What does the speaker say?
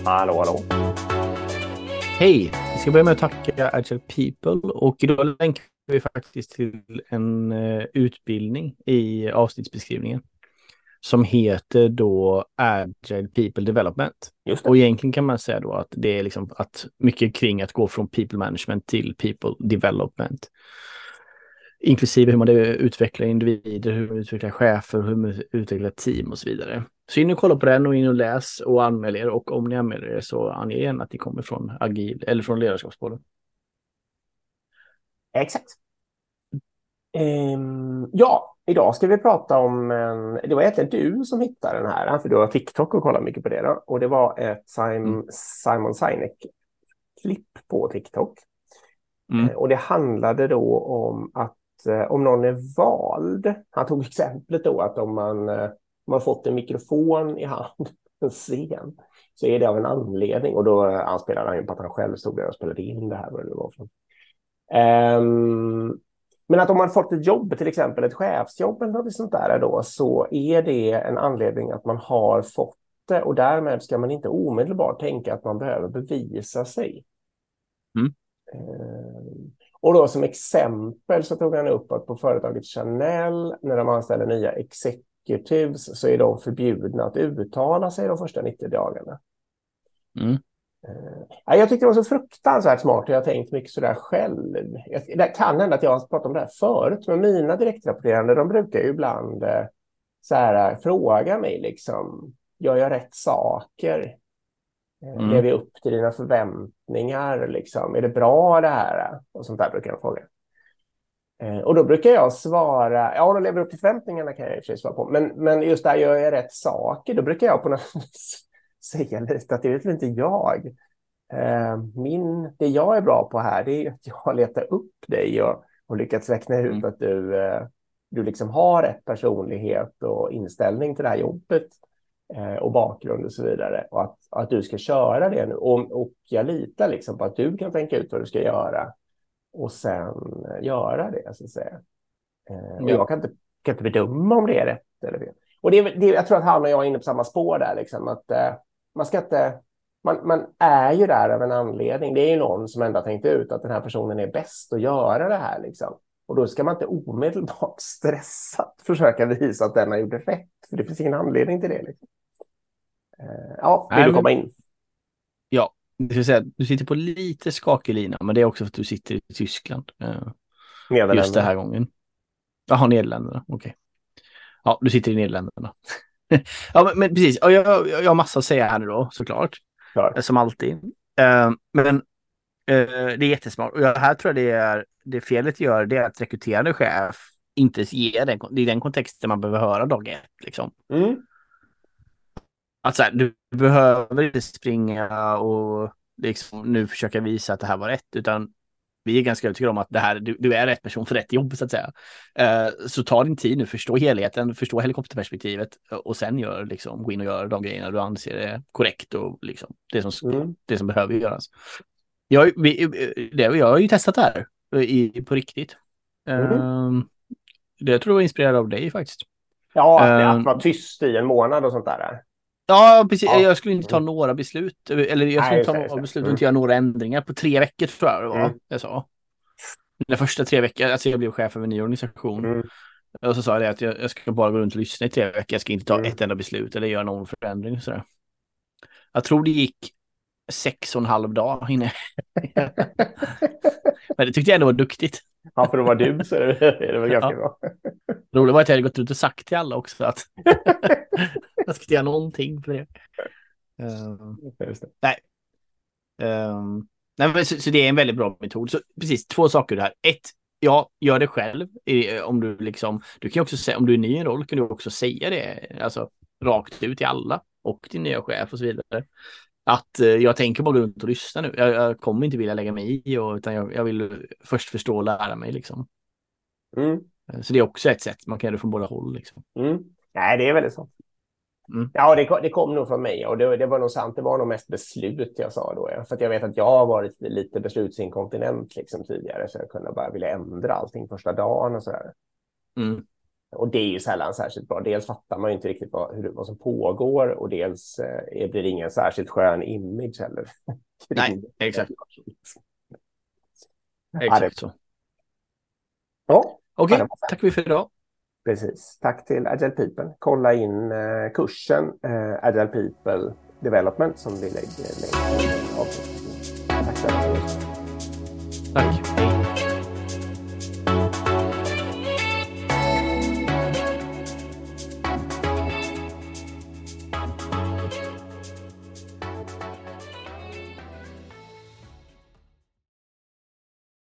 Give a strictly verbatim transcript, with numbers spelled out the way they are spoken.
Hallå, hallå. Hej! Vi ska börja med att tacka Agile People och idag länkar vi faktiskt till en uh, utbildning i avsnittsbeskrivningen som heter då Agile People Development. Just det. Och egentligen kan man säga då att det är liksom att mycket kring att gå från people management till people development. Inklusive hur man utvecklar individer, hur man utvecklar chefer, hur man utvecklar team och så vidare. Så in och kolla på den och in och läs och anmäl er. Och om ni anmäler er så ange igen att ni kommer från Agil eller från Ledarskapspodden. Exakt. Um, ja, idag ska vi prata om en... Det var egentligen du som hittade den här, för du har TikTok och kollar mycket på det då. Och det var ett Simon, Mm. Simon Sinek-klipp på TikTok. Mm. Uh, och det handlade då om att uh, om någon är vald, han tog exemplet då att om man, uh, om man fått en mikrofon i hand, en scen, så är det av en anledning. Och då uh, anspelade han ju på att han själv stod där och spelade in det här. Vad det var för. Um, men att om man fått ett jobb, till exempel ett chefsjobb eller något sånt där då, så är det en anledning att man har fått det, och därmed ska man inte omedelbart tänka att man behöver bevisa sig. Mm. Um, och då som exempel så tog han upp att på företaget Chanel, när de anställer nya executives, så är de förbjudna att uttala sig de första nittio dagarna. Mm. Ja, jag tycker det var så fruktansvärt smart och jag har tänkt mycket sådär själv. Det kan hända att jag har pratat om det här förut, men mina direktrapporterande, de brukar ju ibland eh, så här, fråga mig liksom, gör jag rätt saker? Mm. Lever jag upp till dina förväntningar? Liksom? Är det bra det här? Och sånt där brukar de fråga. Eh, och då brukar jag svara, ja, de lever upp till förväntningarna kan jag i och för sig svara på. Men, men just där, gör jag rätt saker? Då brukar jag på något säga lite att det vet inte jag. Min, det jag är bra på här, det är att jag letar upp dig och, och lyckats räkna ut mm. att du, du liksom har rätt personlighet och inställning till det här jobbet och bakgrund och så vidare. Och att, att du ska köra det nu. Och, och jag litar liksom på att du kan tänka ut vad du ska göra och sen göra det, så att säga. Och jag kan inte, kan inte bedöma om det är rätt eller fel. Och det, det, jag tror att han och jag är inne på samma spår där, liksom, att man ska inte... Man, man är ju där av en anledning. Det är ju någon som ändå har tänkt ut att den här personen är bäst att göra det här. Liksom. Och då ska man inte omedelbart stressat försöka visa att den har gjort rätt. För det finns ingen anledning till det. Liksom. Uh, ja, vill Nej, du komma in? Ja, det vill säga, du sitter på lite skakig lina, men det är också för att du sitter i Tyskland. Uh, just den här gången. Jaha, Nederländerna, okej. Okay. Ja, du sitter i Nederländerna. Ja, men, men precis. Och jag, jag har massa att säga här nu då, såklart. Klar. Som alltid. Uh, men uh, det är jättesmart. Och jag, här tror jag det är det felet gör, det är att rekryterande chef inte ger den, det är den kontexten man behöver höra dag ett. Liksom. Mm. Att så här, du behöver inte springa och liksom, nu försöka visa att det här var rätt, utan vi är ganska övertygade om att det här, du, du är rätt person för rätt jobb, så att säga. Uh, så ta din tid nu, förstå helheten, förstå helikopterperspektivet och sen gör, liksom, gå in och gör de grejerna du anser är korrekt och liksom, det, som, mm. det som behöver göras. Jag, vi, det, jag har ju testat det här i, på riktigt. Mm. Uh, det jag tror jag var inspirerad av dig faktiskt. Ja, uh, att vara tyst i en månad och sånt där. Ja, precis. Ja. Jag skulle inte ta några beslut. Eller jag skulle inte ta några beslut och mm. inte göra några ändringar på tre veckor, tror jag det var. Mm. Jag sa. De första tre veckor, alltså jag blev chef över en ny organisation. Mm. Och så sa jag det att jag, jag ska bara gå runt och lyssna i tre veckor. Jag ska inte ta mm. ett enda beslut eller göra någon förändring. Och sådär. Jag tror det gick sex och en halv dag innan. Men det tyckte jag ändå var duktigt. Ja, för det var du så det var ganska ja. bra. Roligt var att jag hade gått ut och sagt till alla också att jag ska göra någonting för det. Uh, nej. Um, nej men så, så det är en väldigt bra metod. Så precis, två saker här. Ett, ja, gör det själv. Om du liksom, du kan också säga, om du är ny i en roll kan du också säga det, alltså rakt ut till alla och till nya chef och så vidare. Att uh, jag tänker bara gå runt och lyssna nu. Jag, jag kommer inte vilja lägga mig i, och, utan jag, jag vill först förstå och lära mig liksom. Mm. Så det är också ett sätt, man kan göra det från båda håll liksom. Mm. Nej, det är väldigt sant. Mm. Ja, det, det kom nog från mig och det, det var nog sant. Det var nog mest beslut jag sa då. Ja. För att jag vet att jag har varit lite beslutsinkontinent liksom tidigare, så jag kunde bara vilja ändra allting första dagen och sådär. Mm. Och det är ju sällan särskilt bra. Dels fattar man ju inte riktigt vad, hur, vad som pågår och dels eh, blir det ingen särskilt skön image heller. Nej, exakt. Ja, exakt så. Ja, okej, okay, tack vi för idag. Precis. Tack till Agile People. Kolla in eh, kursen eh, Agile People Development som vi lägger länk till. Tack så mycket. Tack.